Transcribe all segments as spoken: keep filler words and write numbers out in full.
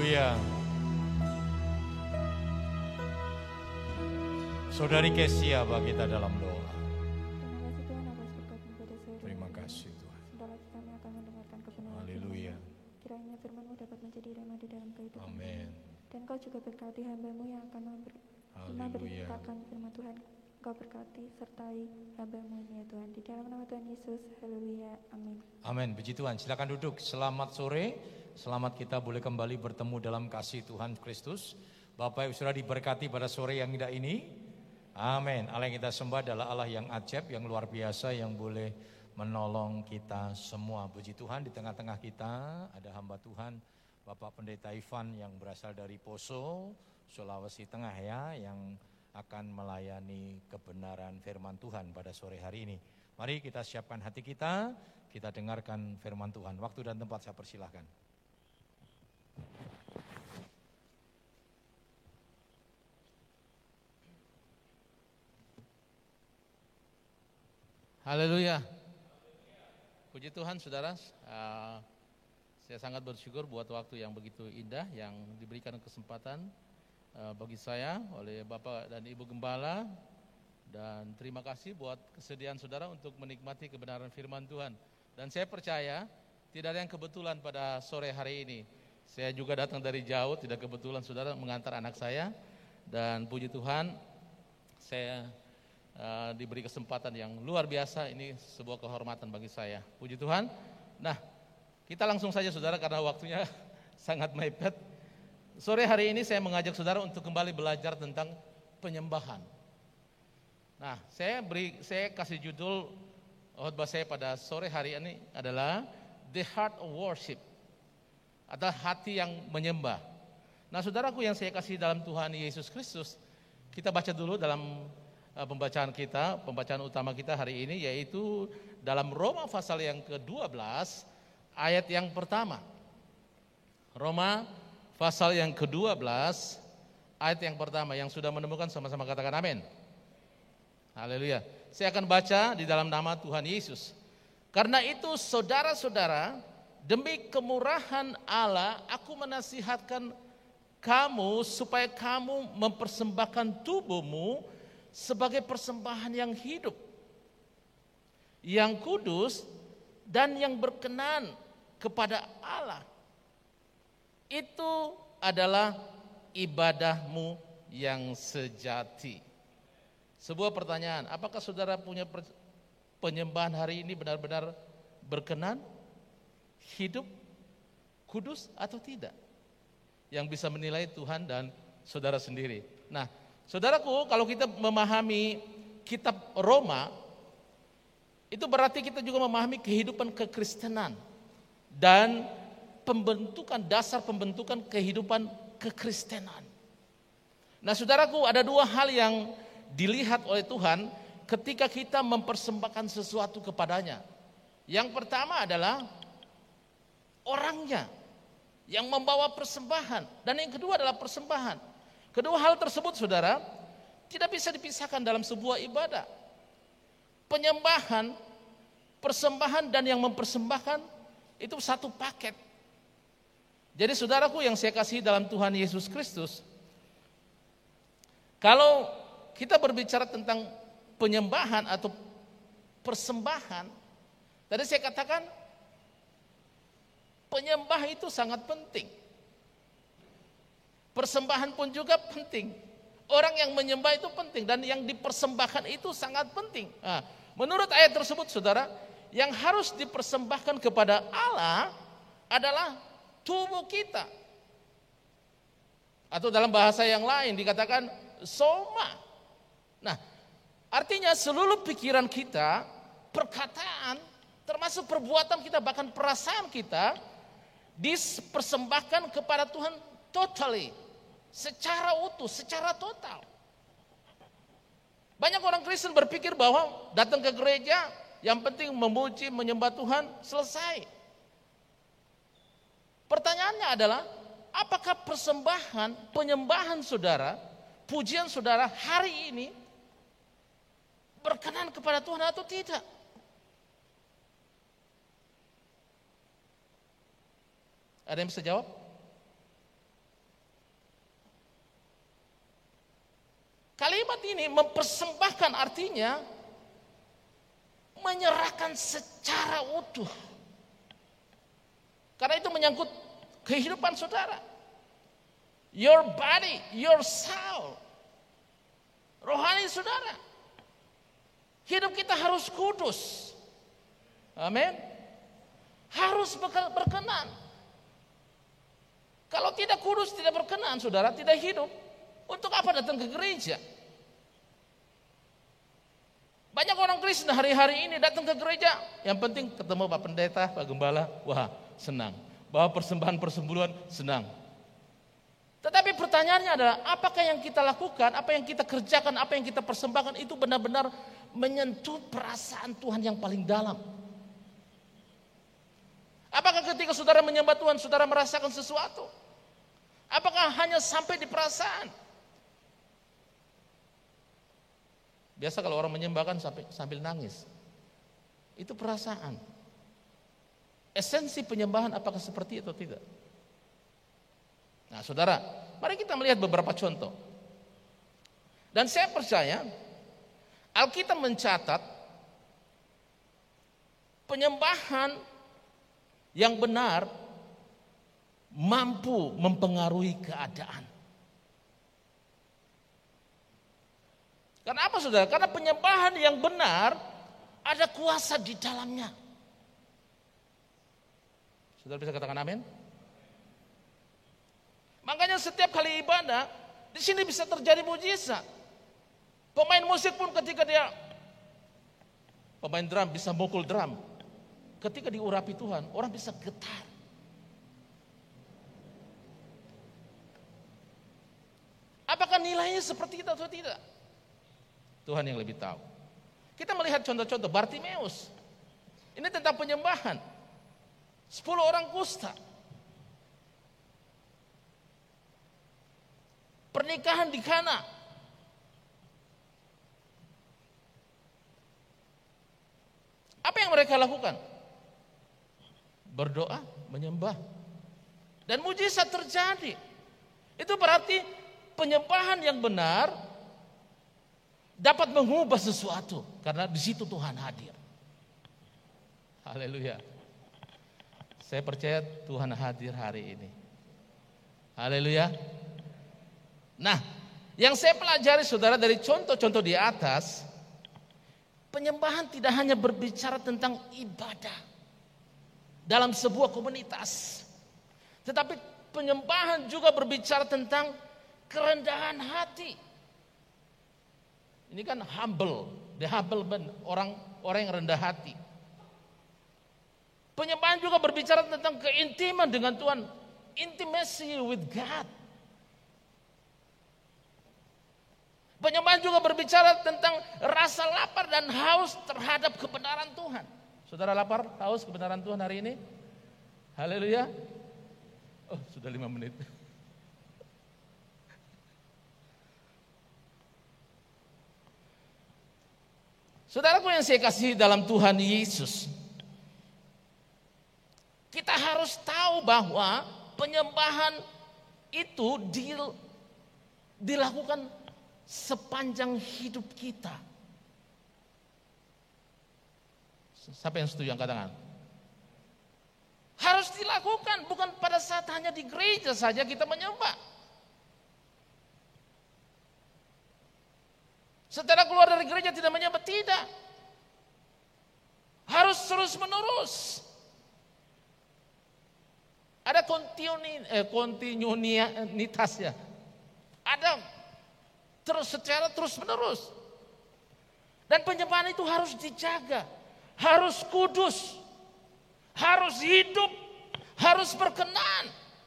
Haleluya. Saudari Kesia bagi kita dalam doa. Terima kasih Tuhan atas berkat-Mu pada sore ini. Terima kasih Tuhan. Sebentar lagi kami akan mendengarkan kebenaran Haleluya. firman-Mu. Kiranya firman-Mu dapat menjadi rema di dalam kehidupan kami. Amin. Dan Kau juga berkati hamba-Mu yang akan member- Haleluya. memberitakan firman Tuhan. Kau berkati sertai hamba-Mu ini ya Tuhan. Di dalam nama Tuhan Yesus. Haleluya. Amin. Amin. Puji Tuhan. Silakan duduk. Selamat sore. Selamat kita boleh kembali bertemu dalam kasih Tuhan Kristus. Bapak Ibu sudah diberkati pada sore yang indah ini. Amin. Allah yang kita sembah adalah Allah yang ajaib, yang luar biasa, yang boleh menolong kita semua. Puji Tuhan, di tengah-tengah kita ada hamba Tuhan Bapak Pendeta Ivan yang berasal dari Poso, Sulawesi Tengah ya, yang akan melayani kebenaran firman Tuhan pada sore hari ini. Mari kita siapkan hati kita, kita dengarkan firman Tuhan. Waktu dan tempat saya persilahkan. Haleluya. Puji Tuhan saudara, uh, saya sangat bersyukur buat waktu yang begitu indah yang diberikan kesempatan uh, bagi saya oleh Bapak dan Ibu Gembala. Dan terima kasih buat kesediaan saudara untuk menikmati kebenaran firman Tuhan. Dan saya percaya tidak ada yang kebetulan pada sore hari ini. Saya juga datang dari jauh, tidak kebetulan saudara mengantar anak saya. Dan puji Tuhan, saya Uh, diberi kesempatan yang luar biasa, ini sebuah kehormatan bagi saya. Puji Tuhan. Nah, kita langsung saja saudara karena waktunya sangat mepet. Sore hari ini saya mengajak saudara untuk kembali belajar tentang penyembahan. Nah, saya beri saya kasih judul khotbah saya pada sore hari ini adalah The Heart of Worship, atau hati yang menyembah. Nah, saudaraku yang saya kasih dalam Tuhan Yesus Kristus, kita baca dulu dalam pembacaan kita, pembacaan utama kita hari ini, yaitu dalam Roma pasal yang kedua belas ayat yang pertama. Roma pasal yang kedua belas ayat yang pertama. Yang sudah menemukan sama-sama katakan amin. Haleluya. Saya akan baca di dalam nama Tuhan Yesus. Karena itu saudara-saudara, demi kemurahan Allah aku menasihatkan kamu supaya kamu mempersembahkan tubuhmu sebagai persembahan yang hidup, yang kudus dan yang berkenan kepada Allah. Itu adalah ibadahmu yang sejati. Sebuah pertanyaan, apakah saudara punya penyembahan hari ini benar-benar berkenan, hidup, kudus atau tidak? Yang bisa menilai Tuhan dan saudara sendiri. Nah, saudaraku, kalau kita memahami kitab Roma, itu berarti kita juga memahami kehidupan kekristenan dan pembentukan, dasar pembentukan kehidupan kekristenan. Nah saudaraku, ada dua hal yang dilihat oleh Tuhan ketika kita mempersembahkan sesuatu kepadanya. Yang pertama adalah orangnya yang membawa persembahan, dan yang kedua adalah persembahan. Kedua hal tersebut saudara tidak bisa dipisahkan dalam sebuah ibadah. Penyembahan, persembahan dan yang mempersembahkan itu satu paket. Jadi saudaraku yang saya kasih dalam Tuhan Yesus Kristus, kalau kita berbicara tentang penyembahan atau persembahan, tadi saya katakan penyembah itu sangat penting. Persembahan pun juga penting. Orang yang menyembah itu penting dan yang dipersembahkan itu sangat penting. Nah, menurut ayat tersebut saudara, yang harus dipersembahkan kepada Allah adalah tubuh kita. Atau dalam bahasa yang lain dikatakan soma. Nah, artinya seluruh pikiran kita, perkataan, termasuk perbuatan kita, bahkan perasaan kita dipersembahkan kepada Tuhan totally. Secara utuh, secara total. Banyak orang Kristen berpikir bahwa datang ke gereja yang penting memuji, menyembah Tuhan, selesai. Pertanyaannya adalah, apakah persembahan, penyembahan saudara, pujian saudara hari ini berkenan kepada Tuhan atau tidak? Ada yang bisa jawab? ini mempersembahkan artinya menyerahkan secara utuh. Karena itu menyangkut kehidupan saudara. Your body, your soul. Rohani saudara. Hidup kita harus kudus. Amin. Harus berkenan. Kalau tidak kudus, tidak berkenan, saudara, tidak hidup. Untuk apa datang ke gereja? Banyak orang Kristen hari-hari ini datang ke gereja, yang penting ketemu Pak Pendeta, Pak Gembala, wah senang. Bawa persembahan-persembuhan, senang. Tetapi pertanyaannya adalah, apakah yang kita lakukan, apa yang kita kerjakan, apa yang kita persembahkan itu benar-benar menyentuh perasaan Tuhan yang paling dalam? Apakah ketika saudara menyembah Tuhan, saudara merasakan sesuatu? Apakah hanya sampai di perasaan? Biasa kalau orang menyembah kan sampai, sambil nangis. Itu perasaan. Esensi penyembahan apakah seperti itu atau tidak? Nah saudara, mari kita melihat beberapa contoh. Dan saya percaya Alkitab mencatat penyembahan yang benar mampu mempengaruhi keadaan. Karena apa saudara? Karena penyembahan yang benar ada kuasa di dalamnya. Saudara bisa katakan amin? Makanya setiap kali ibadah di sini bisa terjadi mujizat. Pemain musik pun ketika dia pemain drum bisa mukul drum. Ketika diurapi Tuhan, orang bisa getar. Apakah nilainya seperti itu atau tidak? Tuhan yang lebih tahu. Kita melihat contoh-contoh Bartimeus. Ini tentang penyembahan. Sepuluh orang kusta. Pernikahan di Kana. Apa yang mereka lakukan? Berdoa, menyembah. Dan mujizat terjadi. Itu berarti penyembahan yang benar dapat mengubah sesuatu. Karena di situ Tuhan hadir. Haleluya. Saya percaya Tuhan hadir hari ini. Haleluya. Nah, yang saya pelajari saudara dari contoh-contoh di atas, penyembahan tidak hanya berbicara tentang ibadah dalam sebuah komunitas, tetapi penyembahan juga berbicara tentang kerendahan hati. Ini kan humble, the humble man, orang orang yang rendah hati. Penyembahan juga berbicara tentang keintiman dengan Tuhan, intimacy with God. Penyembahan juga berbicara tentang rasa lapar dan haus terhadap kebenaran Tuhan. Saudara lapar, haus kebenaran Tuhan hari ini? Haleluya. Oh, sudah lima menit. Saudaraku yang saya kasih dalam Tuhan Yesus, kita harus tahu bahwa penyembahan itu dilakukan sepanjang hidup kita. Siapa yang setuju angkat tangan? Harus dilakukan, bukan pada saat hanya di gereja saja kita menyembah. Setelah keluar dari gereja tidak menyembah, tidak. Harus terus menerus. Ada kontinu, eh, kontinuitasnya. Ada terus secara terus menerus. Dan penyembahan itu harus dijaga, harus kudus, harus hidup, harus berkenan.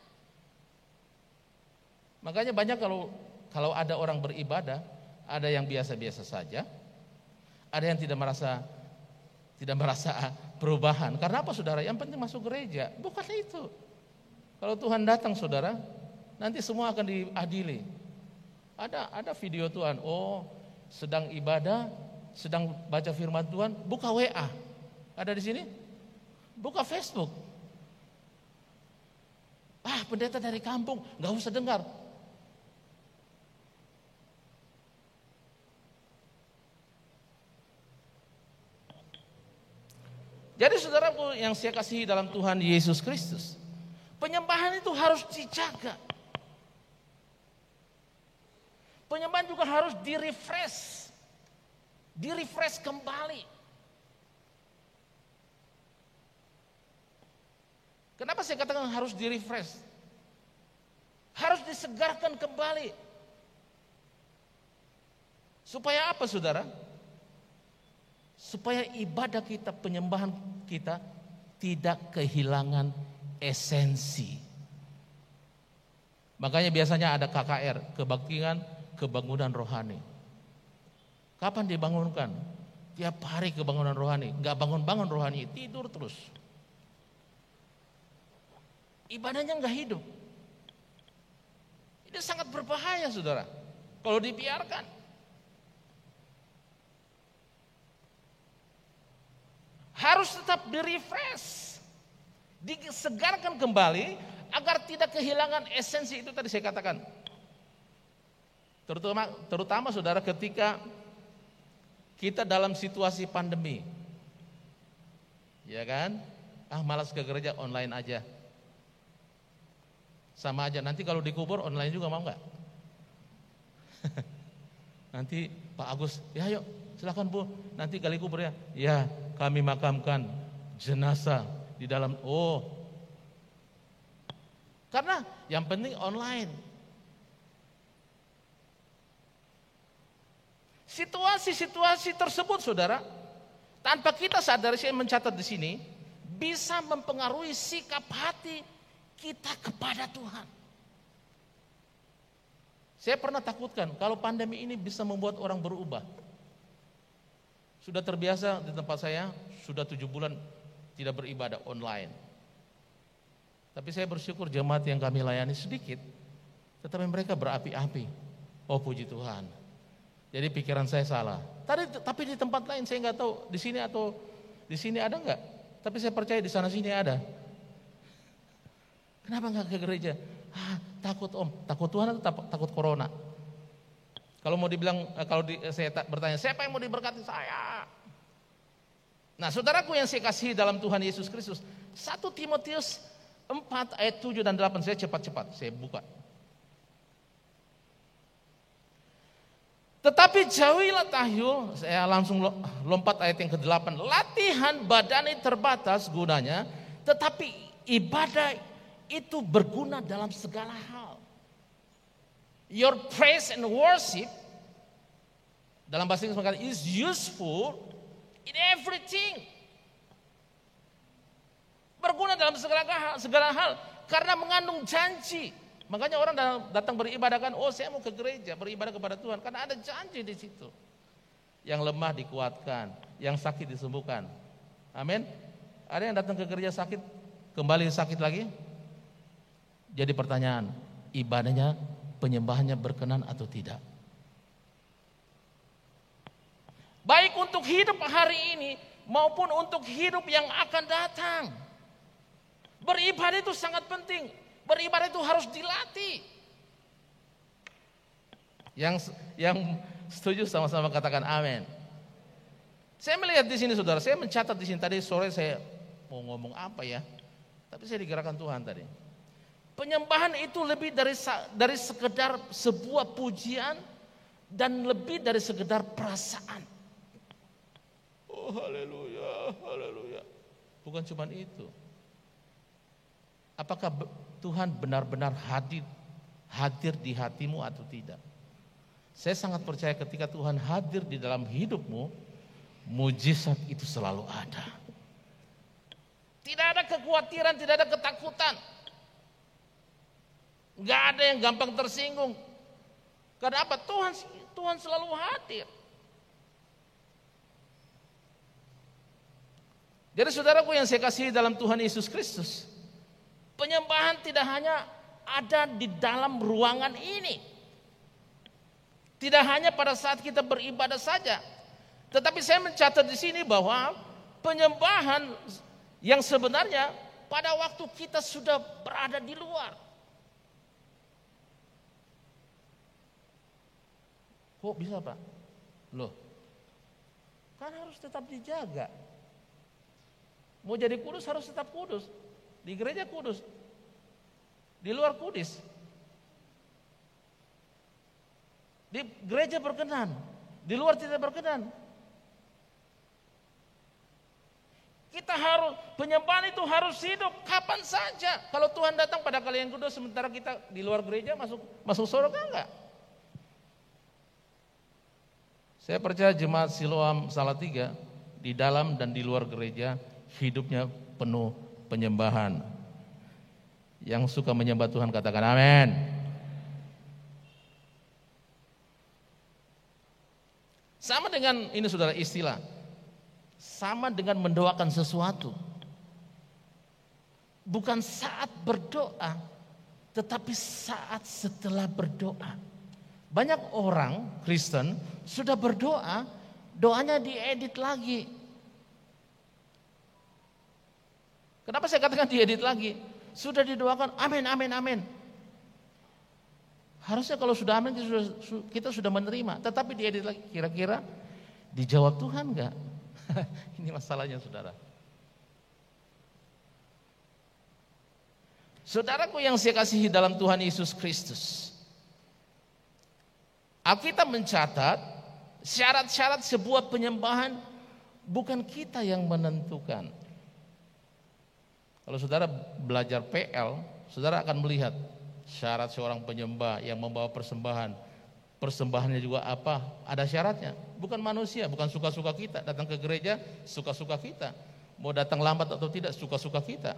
Makanya banyak kalau kalau ada orang beribadah, ada yang biasa-biasa saja, ada yang tidak merasa tidak merasa perubahan. Karena apa saudara? Yang penting masuk gereja. Bukan itu. Kalau Tuhan datang saudara, nanti semua akan diadili. Ada ada video Tuhan, oh sedang ibadah, sedang baca firman Tuhan, buka W A. Ada di sini? Buka Facebook. Ah, pendeta dari kampung, nggak usah dengar. saudaraku yang saya kasihi dalam Tuhan Yesus Kristus, penyembahan itu harus dijaga. Penyembahan juga harus di-refresh. Di-refresh kembali. Kenapa saya katakan harus di-refresh? Harus disegarkan kembali. Supaya apa saudara? Supaya ibadah kita, penyembahan kita tidak kehilangan esensi. Makanya biasanya ada K K R, kebaktian kebangunan rohani. Kapan dibangunkan? Tiap hari kebangunan rohani, nggak bangun-bangun rohani, tidur terus. Ibadahnya nggak hidup. Ini sangat berbahaya saudara, kalau dibiarkan. Harus tetap di-refresh, disegarkan kembali agar tidak kehilangan esensi itu tadi saya katakan. Terutama, terutama saudara ketika kita dalam situasi pandemi, ya kan? Ah malas ke gereja, online aja. Sama aja, nanti kalau dikubur online juga mau nggak? Nanti Pak Agus, ya yuk silakan Bu, nanti gali kubur ya. Ya, kami makamkan jenazah di dalam. Oh, karena yang penting online. Situasi-situasi tersebut, saudara, tanpa kita sadar, saya mencatat di sini, bisa mempengaruhi sikap hati kita kepada Tuhan. Saya pernah takutkan kalau pandemi ini bisa membuat orang berubah. Sudah terbiasa di tempat saya, sudah tujuh bulan tidak beribadah online. Tapi saya bersyukur jemaat yang kami layani sedikit, tetapi mereka berapi-api. Oh puji Tuhan. Jadi pikiran saya salah. Tadi, tapi di tempat lain saya nggak tahu di sini atau di sini ada nggak. Tapi saya percaya di sana sini ada. Kenapa nggak ke gereja? Ah, takut om, takut Tuhan atau takut corona? Kalau mau dibilang, kalau di, saya bertanya, siapa yang mau diberkati? Saya. Nah saudaraku yang saya kasihi dalam Tuhan Yesus Kristus, satu Timotius empat ayat tujuh dan delapan, saya cepat-cepat, saya buka. Tetapi jauhilah tahyul, saya langsung lompat ayat yang kedelapan. Latihan badani terbatas gunanya, tetapi ibadah itu berguna dalam segala hal. Your praise and worship dalam bahasa Inggris mengatakan is useful in everything. Berguna dalam segala hal, segala hal karena mengandung janji. Makanya orang datang beribadah kan, oh saya mau ke gereja beribadah kepada Tuhan karena ada janji di situ. Yang lemah dikuatkan, yang sakit disembuhkan. Amin. Ada yang datang ke gereja sakit, kembali sakit lagi. Jadi pertanyaan, ibadahnya, penyembahannya berkenan atau tidak? Baik untuk hidup hari ini maupun untuk hidup yang akan datang. Beribadah itu sangat penting. Beribadah itu harus dilatih. Yang yang setuju sama-sama katakan amin. Saya melihat di sini saudara, saya mencatat di sini tadi sore saya mau ngomong apa ya? Tapi saya digerakkan Tuhan tadi. Penyembahan itu lebih dari dari sekedar sebuah pujian dan lebih dari sekedar perasaan. Oh haleluya, haleluya. Bukan cuma itu. Apakah Tuhan benar-benar hadir hadir di hatimu atau tidak? Saya sangat percaya ketika Tuhan hadir di dalam hidupmu, mujizat itu selalu ada. Tidak ada kekhawatiran, tidak ada ketakutan. Gak ada yang gampang tersinggung. Karena apa? Tuhan Tuhan selalu hadir. Jadi saudaraku yang saya kasihi dalam Tuhan Yesus Kristus, penyembahan tidak hanya ada di dalam ruangan ini. Tidak hanya pada saat kita beribadah saja. Tetapi saya mencatat di sini bahwa penyembahan yang sebenarnya pada waktu kita sudah berada di luar. Kok bisa Pak? Loh, kan harus tetap dijaga. Mau jadi kudus harus tetap kudus. Di gereja kudus, di luar kudus. Di gereja berkenan, di luar tidak berkenan. Kita harus, penyembahan itu harus hidup kapan saja. Kalau Tuhan datang pada kalian kudus sementara kita di luar gereja masuk masuk surga enggak? Saya percaya jemaat Siloam Salatiga di dalam dan di luar gereja hidupnya penuh penyembahan. Yang suka menyembah Tuhan katakan amin. Sama dengan ini saudara istilah, sama dengan mendoakan sesuatu. Bukan saat berdoa, tetapi saat setelah berdoa. Banyak orang Kristen sudah berdoa, doanya diedit lagi. Kenapa saya katakan diedit lagi? Sudah didoakan, amin, amin, amin. Harusnya kalau sudah amin kita sudah, kita sudah menerima. Tetapi diedit lagi, kira-kira dijawab Tuhan enggak? Ini masalahnya saudara. Saudaraku yang saya kasihi dalam Tuhan Yesus Kristus, Alkitab mencatat syarat-syarat sebuah penyembahan bukan kita yang menentukan. Kalau saudara belajar P L, saudara akan melihat syarat seorang penyembah yang membawa persembahan. Persembahannya juga apa? Ada syaratnya. Bukan manusia, bukan suka-suka kita. Datang ke gereja, suka-suka kita. Mau datang lambat atau tidak, suka-suka kita.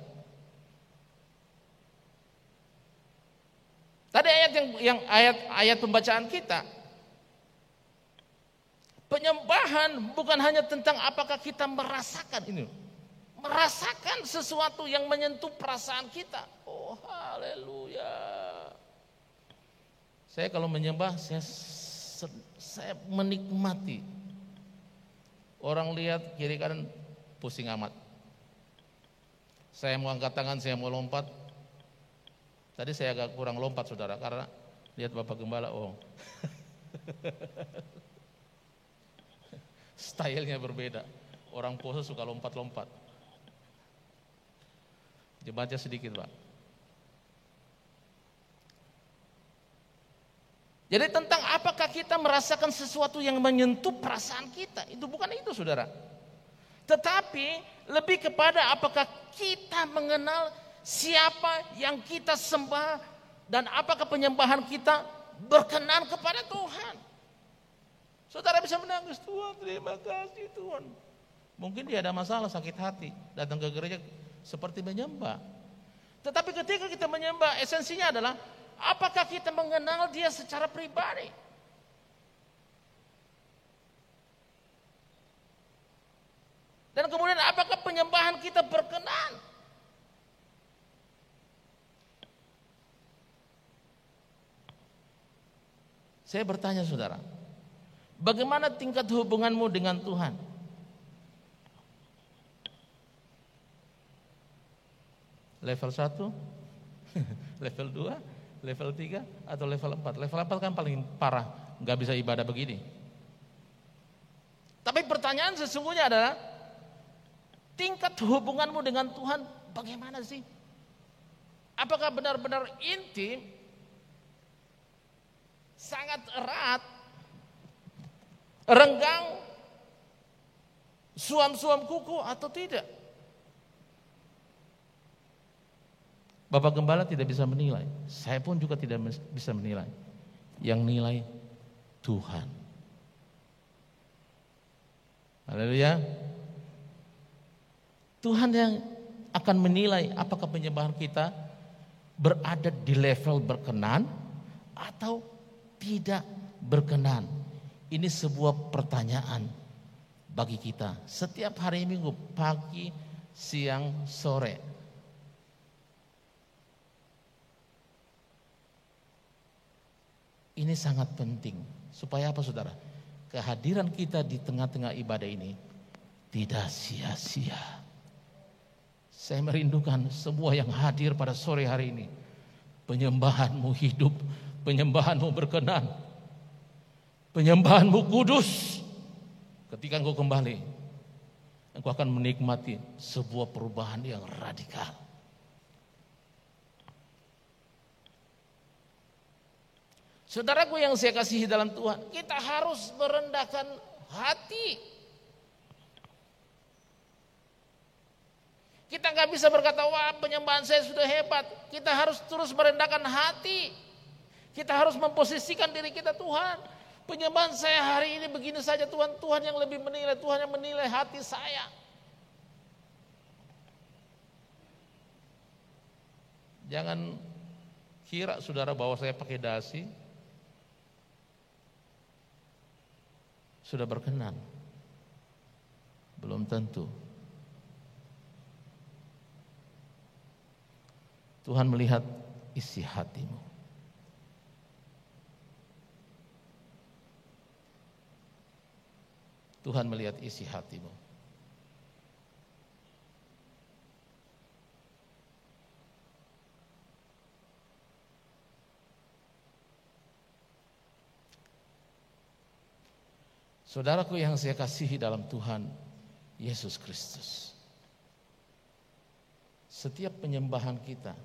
Tadi ayat yang, yang ayat ayat pembacaan kita. Penyembahan bukan hanya tentang apakah kita merasakan ini. Merasakan sesuatu yang menyentuh perasaan kita. Oh, haleluya. Saya kalau menyembah, saya, saya menikmati. Orang lihat kiri kanan pusing amat. Saya mau angkat tangan, saya mau lompat. Tadi saya agak kurang lompat saudara, karena lihat Bapak Gembala, oh. Stylenya berbeda. Orang pose suka lompat-lompat. Jemaatnya sedikit Pak. Jadi tentang apakah kita merasakan sesuatu yang menyentuh perasaan kita, itu bukan itu saudara. Tetapi lebih kepada apakah kita mengenal siapa yang kita sembah dan apakah penyembahan kita berkenan kepada Tuhan. Saudara bisa menangis, Tuhan terima kasih Tuhan. Mungkin dia ada masalah sakit hati, datang ke gereja seperti menyembah. Tetapi ketika kita menyembah, esensinya adalah apakah kita mengenal dia secara pribadi? Dan kemudian apakah penyembahan kita berkenan? Saya bertanya saudara, bagaimana tingkat hubunganmu dengan Tuhan? Level satu, level dua, level tiga, atau level empat? Level empat kan paling parah, gak bisa ibadah begini. Tapi pertanyaan sesungguhnya adalah, tingkat hubunganmu dengan Tuhan bagaimana sih? Apakah benar-benar intim, sangat erat, renggang, suam-suam kuku atau tidak? Bapak Gembala tidak bisa menilai, saya pun juga tidak bisa menilai. Yang nilai Tuhan. Haleluya. Tuhan yang akan menilai apakah penyembahan kita berada di level berkenan atau tidak berkenan. Ini sebuah pertanyaan bagi kita setiap hari Minggu, pagi, siang, sore. Ini sangat penting. Supaya apa saudara? Kehadiran kita di tengah-tengah ibadah ini tidak sia-sia. Saya merindukan semua yang hadir pada sore hari ini. Penyembahanmu hidup, penyembahanmu berkenan, penyembahanmu kudus ketika engkau kembali. engkau akan menikmati sebuah perubahan yang radikal. Saudaraku yang saya kasihi dalam Tuhan, kita harus merendahkan hati. Kita nggak bisa berkata, wah penyembahan saya sudah hebat. Kita harus terus merendahkan hati. Kita harus memposisikan diri kita, Tuhan, penyembahan saya hari ini begini saja Tuhan. Tuhan yang lebih menilai, Tuhan yang menilai hati saya. Jangan kira saudara bahwa saya pakai dasi sudah berkenan. Belum tentu. Tuhan melihat isi hatimu. Tuhan melihat isi hatimu. Saudaraku yang saya kasihi dalam Tuhan Yesus Kristus, setiap penyembahan kita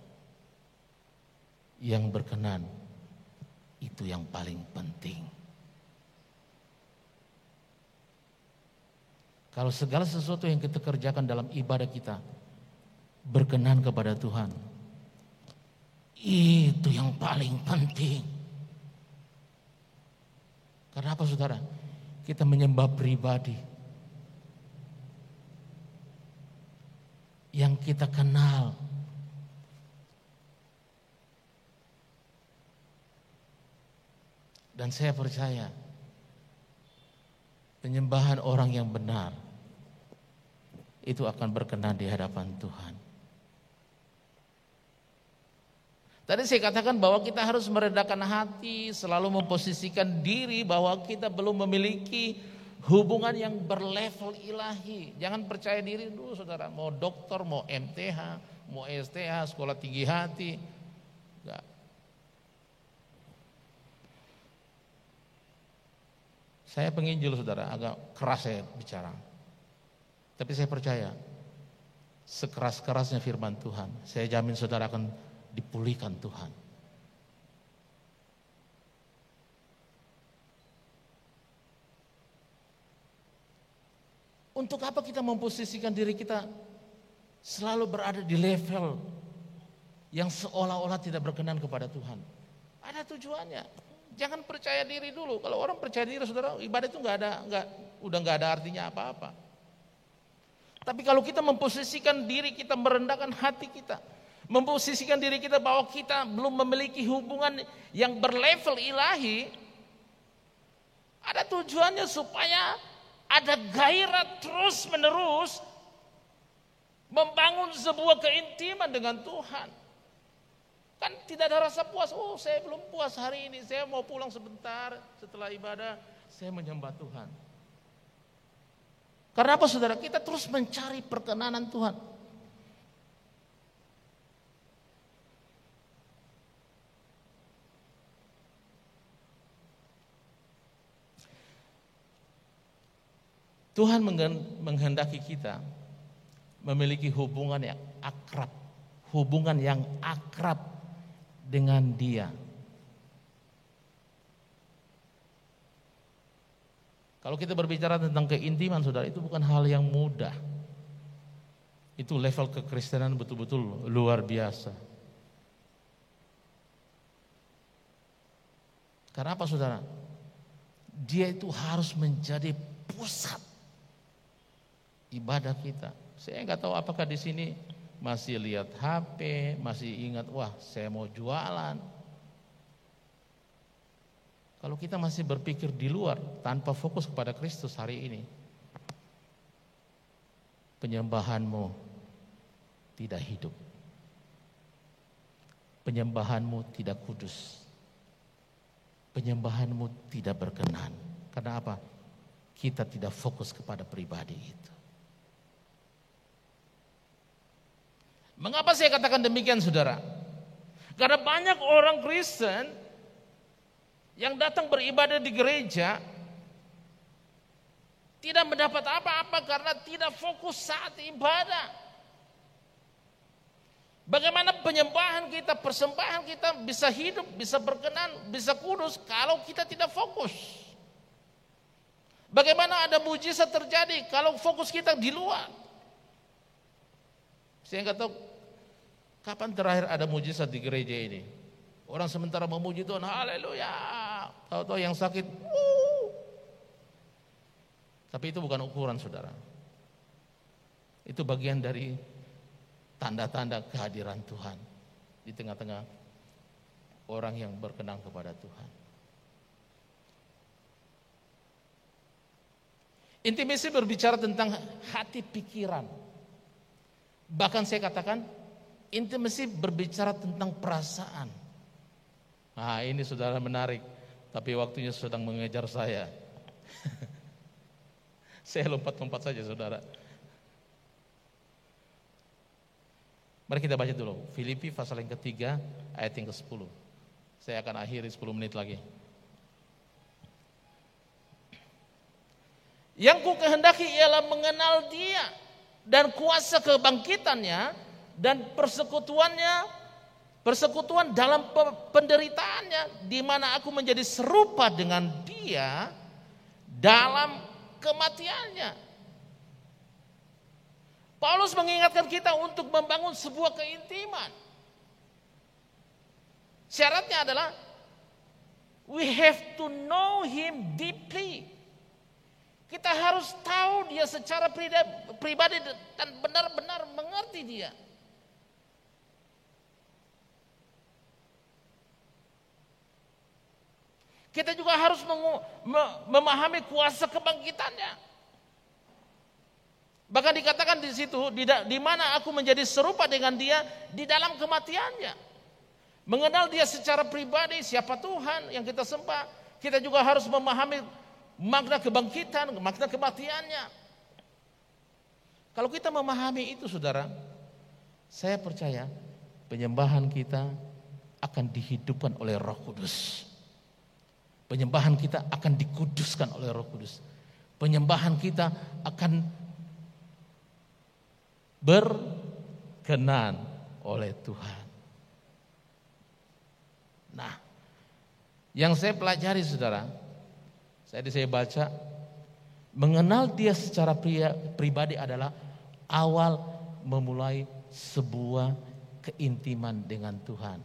yang berkenan itu yang paling penting. Kalau segala sesuatu yang kita kerjakan dalam ibadah kita berkenan kepada Tuhan, itu yang paling penting. Karena apa saudara? Kita menyembah pribadi yang kita kenal. Dan saya percaya penyembahan orang yang benar itu akan berkenan di hadapan Tuhan. Tadi saya katakan bahwa kita harus merendahkan hati, selalu memposisikan diri bahwa kita belum memiliki hubungan yang berlevel ilahi. Jangan percaya diri dulu saudara, mau dokter, mau M T H, mau S T H, sekolah tinggi hati. Enggak. Saya penginjil saudara, agak keras saya bicara. Tapi saya percaya, sekeras-kerasnya firman Tuhan, saya jamin saudara akan dipulihkan Tuhan. Untuk apa kita memposisikan diri kita selalu berada di level yang seolah-olah tidak berkenan kepada Tuhan? Ada tujuannya. Jangan percaya diri dulu. Kalau orang percaya diri, saudara, ibadah itu nggak ada, nggak, udah nggak ada artinya apa-apa. Tapi kalau kita memposisikan diri kita, merendahkan hati kita, memposisikan diri kita bahwa kita belum memiliki hubungan yang berlevel ilahi, ada tujuannya supaya ada gairah terus menerus membangun sebuah keintiman dengan Tuhan. Kan tidak ada rasa puas, oh saya belum puas hari ini, saya mau pulang sebentar setelah ibadah, saya menyembah Tuhan. Karena apa saudara? Kita terus mencari perkenanan Tuhan. Tuhan menghendaki kita memiliki hubungan yang akrab, hubungan yang akrab dengan Dia. Kalau kita berbicara tentang keintiman, saudara, itu bukan hal yang mudah. Itu level kekristenan betul-betul luar biasa. Karena apa, saudara? Dia itu harus menjadi pusat ibadah kita. Saya nggak tahu apakah di sini masih lihat H P, masih ingat, wah saya mau jualan. Kalau kita masih berpikir di luar tanpa fokus kepada Kristus hari ini, penyembahanmu tidak hidup. Penyembahanmu tidak kudus. Penyembahanmu tidak berkenan. Karena apa? Kita tidak fokus kepada pribadi itu. Mengapa saya katakan demikian, saudara? Karena banyak orang Kristen yang datang beribadah di gereja tidak mendapat apa-apa karena tidak fokus saat ibadah. Bagaimana penyembahan kita, persembahan kita bisa hidup, bisa berkenan, bisa kudus kalau kita tidak fokus? Bagaimana ada mujizat terjadi kalau fokus kita di luar? Saya nggak tahu kapan terakhir ada mujizat di gereja ini. Orang sementara memuji Tuhan, haleluya. Tahu-tahu yang sakit, wuh. Tapi itu bukan ukuran, saudara. Itu bagian dari tanda-tanda kehadiran Tuhan di tengah-tengah orang yang berkenan kepada Tuhan. Intimasi berbicara tentang hati pikiran. Bahkan saya katakan intimasi berbicara tentang perasaan. Nah, ini saudara menarik, tapi waktunya sedang mengejar saya. Saya lompat-lompat saja, saudara. Mari kita baca dulu Filipi pasal yang ketiga ayat yang kesepuluh. Saya akan akhiri sepuluh menit lagi. Yang ku kehendaki ialah mengenal Dia dan kuasa kebangkitannya dan persekutuannya, persekutuan dalam penderitaannya, di mana aku menjadi serupa dengan Dia dalam kematiannya. Paulus mengingatkan kita untuk membangun sebuah keintiman. Syaratnya adalah we have to know Him deeply. Kita harus tahu Dia secara pribadi dan benar-benar mengerti Dia. Kita juga harus memahami kuasa kebangkitannya. Bahkan dikatakan di situ, di, di mana aku menjadi serupa dengan Dia di dalam kematiannya. Mengenal Dia secara pribadi, siapa Tuhan yang kita sembah. Kita juga harus memahami makna kebangkitan, makna kematiannya. Kalau kita memahami itu, saudara, saya percaya penyembahan kita akan dihidupkan oleh Roh Kudus. Penyembahan kita akan dikuduskan oleh Roh Kudus. Penyembahan kita akan berkenan oleh Tuhan. Nah, yang saya pelajari, saudara, saya saya baca, mengenal Dia secara pria, pribadi adalah awal memulai sebuah keintiman dengan Tuhan.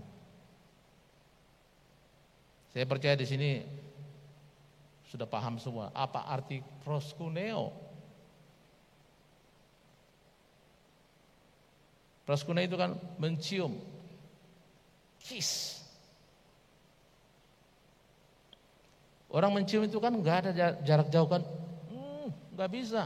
Saya percaya di sini sudah paham semua apa arti proskuneo. Proskuneo itu kan mencium, kiss. Orang mencium itu kan nggak ada jarak jauh kan, hmm, nggak bisa.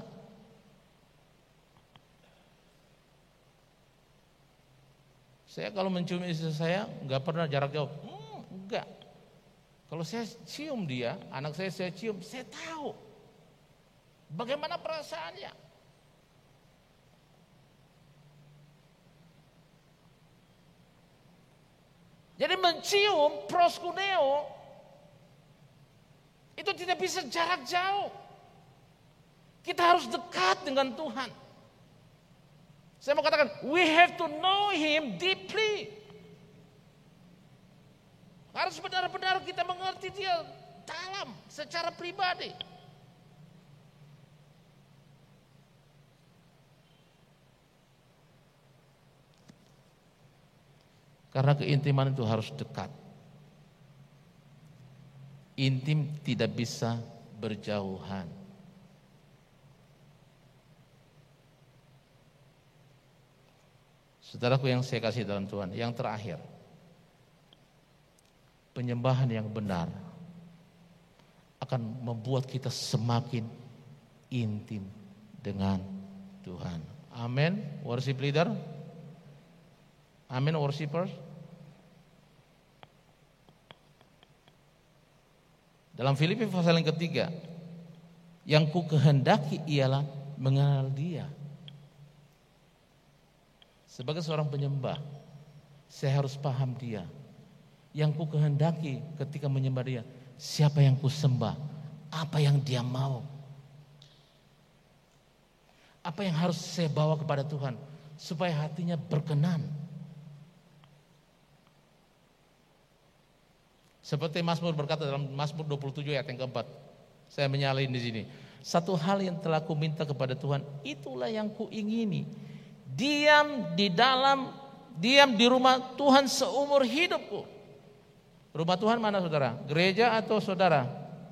Saya kalau mencium istri saya nggak pernah jarak jauh, hmm, enggak. Kalau saya cium dia, anak saya saya cium, saya tahu bagaimana perasaannya. Jadi mencium, proskuneo, itu tidak bisa jarak jauh. Kita harus dekat dengan Tuhan. Saya mau katakan, we have to know Him deeply. Harus benar-benar kita mengerti Dia dalam, secara pribadi. Karena keintiman itu harus dekat. Intim tidak bisa berjauhan. Saudaraku yang saya kasih dalam Tuhan, yang terakhir, penyembahan yang benar akan membuat kita semakin intim dengan Tuhan. Amin. Worship leader. Amin, worshippers. Dalam Filipi pasal yang ketiga, yang ku kehendaki ialah mengenal Dia. Sebagai seorang penyembah, saya harus paham Dia. Yang ku kehendaki ketika menyembah Dia, siapa yang ku sembah, apa yang Dia mau. Apa yang harus saya bawa kepada Tuhan supaya hatinya berkenan. Seperti Mazmur berkata dalam Mazmur dua puluh tujuh ayat yang keempat. Saya menyalin di sini. Satu hal yang telah ku minta kepada Tuhan, itulah yang ku ingini. Diam di dalam, diam di rumah Tuhan seumur hidupku. Rumah Tuhan mana saudara? Gereja atau saudara?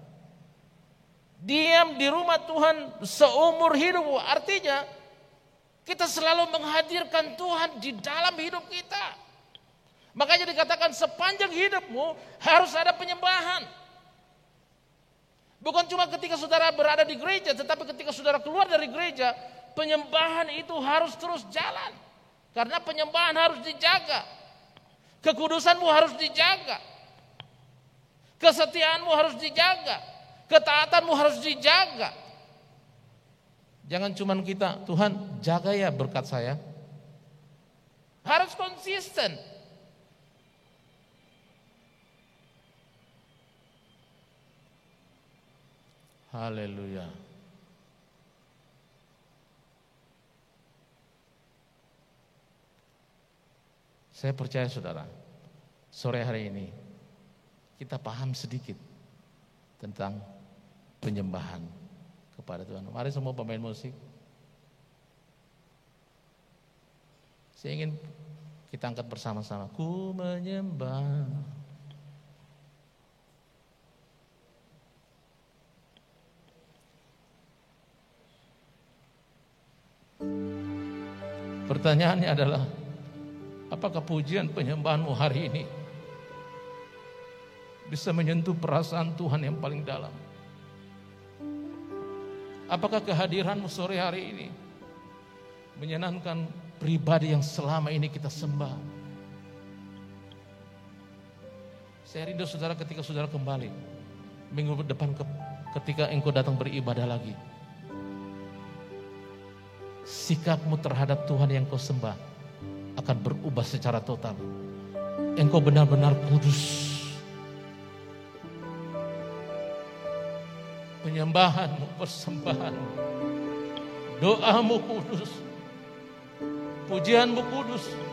Diam di rumah Tuhan seumur hidupku. Artinya kita selalu menghadirkan Tuhan di dalam hidup kita. Makanya dikatakan sepanjang hidupmu harus ada penyembahan. Bukan cuma ketika saudara berada di gereja, tetapi ketika saudara keluar dari gereja, penyembahan itu harus terus jalan. Karena penyembahan harus dijaga. Kekudusanmu harus dijaga. Kesetiaanmu harus dijaga. Ketaatanmu harus dijaga. Jangan cuma kita, Tuhan jaga ya berkat saya. Harus konsisten. Haleluya. Saya percaya saudara, sore hari ini kita paham sedikit tentang penyembahan kepada Tuhan. Mari semua pemain musik. Saya ingin kita angkat bersama-sama. Ku menyembah. Pertanyaannya adalah, apakah pujian penyembahanmu hari ini bisa menyentuh perasaan Tuhan yang paling dalam? Apakah kehadiranmu sore hari ini menyenangkan pribadi yang selama ini kita sembah? Saya rindu saudara ketika saudara kembali minggu depan ketika engkau datang beribadah lagi, sikapmu terhadap Tuhan yang kau sembah akan berubah secara total. Engkau benar-benar kudus. Penyembahanmu, persembahanmu, doamu kudus, pujianmu kudus.